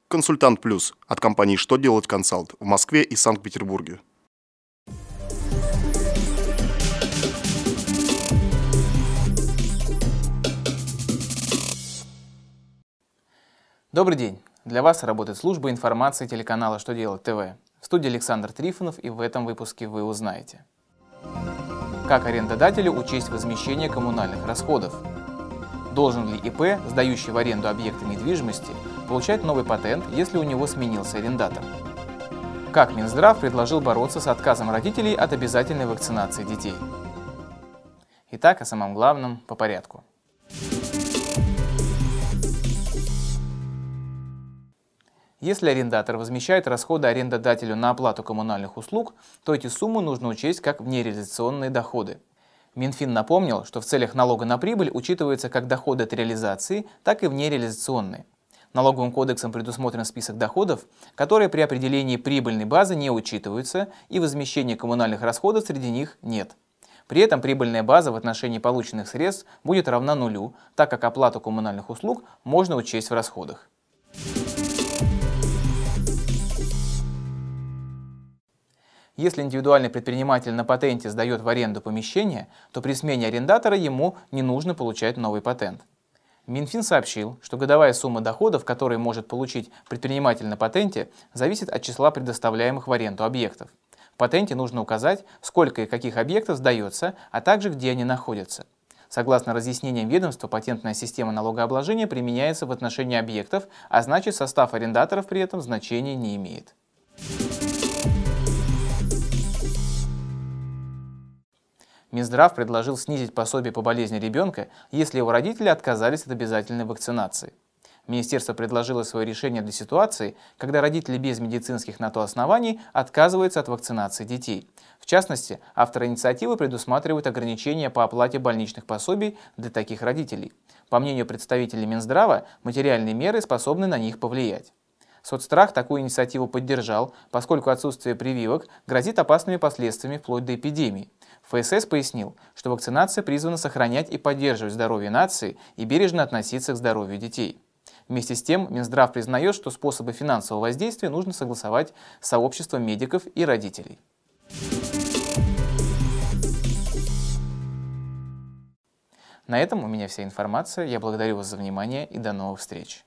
Консультант Плюс от компании «Что делать консалт» в Москве и Санкт-Петербурге. Добрый день! Для вас работает служба информации телеканала «Что делать ТВ». В студии Александр Трифонов, и в этом выпуске вы узнаете: как арендодателю учесть возмещение коммунальных расходов? Должен ли ИП, сдающий в аренду объекты недвижимости, получать новый патент, если у него сменился арендатор? Как Минздрав предложил бороться с отказом родителей от обязательной вакцинации детей? Итак, о самом главном по порядку. Если арендатор возмещает расходы арендодателю на оплату коммунальных услуг, то эти суммы нужно учесть как внереализационные доходы. Минфин напомнил, что в целях налога на прибыль учитываются как доходы от реализации, так и внереализационные. Налоговым кодексом предусмотрен список доходов, которые при определении прибыльной базы не учитываются, и возмещения коммунальных расходов среди них нет. При этом прибыльная база в отношении полученных средств будет равна нулю, так как оплату коммунальных услуг можно учесть в расходах. Если индивидуальный предприниматель на патенте сдает в аренду помещение, то при смене арендатора ему не нужно получать новый патент. Минфин сообщил, что годовая сумма доходов, которые может получить предприниматель на патенте, зависит от числа предоставляемых в аренду объектов. В патенте нужно указать, сколько и каких объектов сдается, а также где они находятся. Согласно разъяснениям ведомства, патентная система налогообложения применяется в отношении объектов, а значит, состав арендаторов при этом значения не имеет. Минздрав предложил снизить пособие по болезни ребенка, если его родители отказались от обязательной вакцинации. Министерство предложило свое решение для ситуации, когда родители без медицинских на то оснований отказываются от вакцинации детей. В частности, авторы инициативы предусматривают ограничения по оплате больничных пособий для таких родителей. По мнению представителей Минздрава, материальные меры способны на них повлиять. Соцстрах такую инициативу поддержал, поскольку отсутствие прививок грозит опасными последствиями вплоть до эпидемии. ФСС пояснил, что вакцинация призвана сохранять и поддерживать здоровье нации и бережно относиться к здоровью детей. Вместе с тем, Минздрав признает, что способы финансового воздействия нужно согласовать с сообществом медиков и родителей. На этом у меня вся информация. Я благодарю вас за внимание и до новых встреч.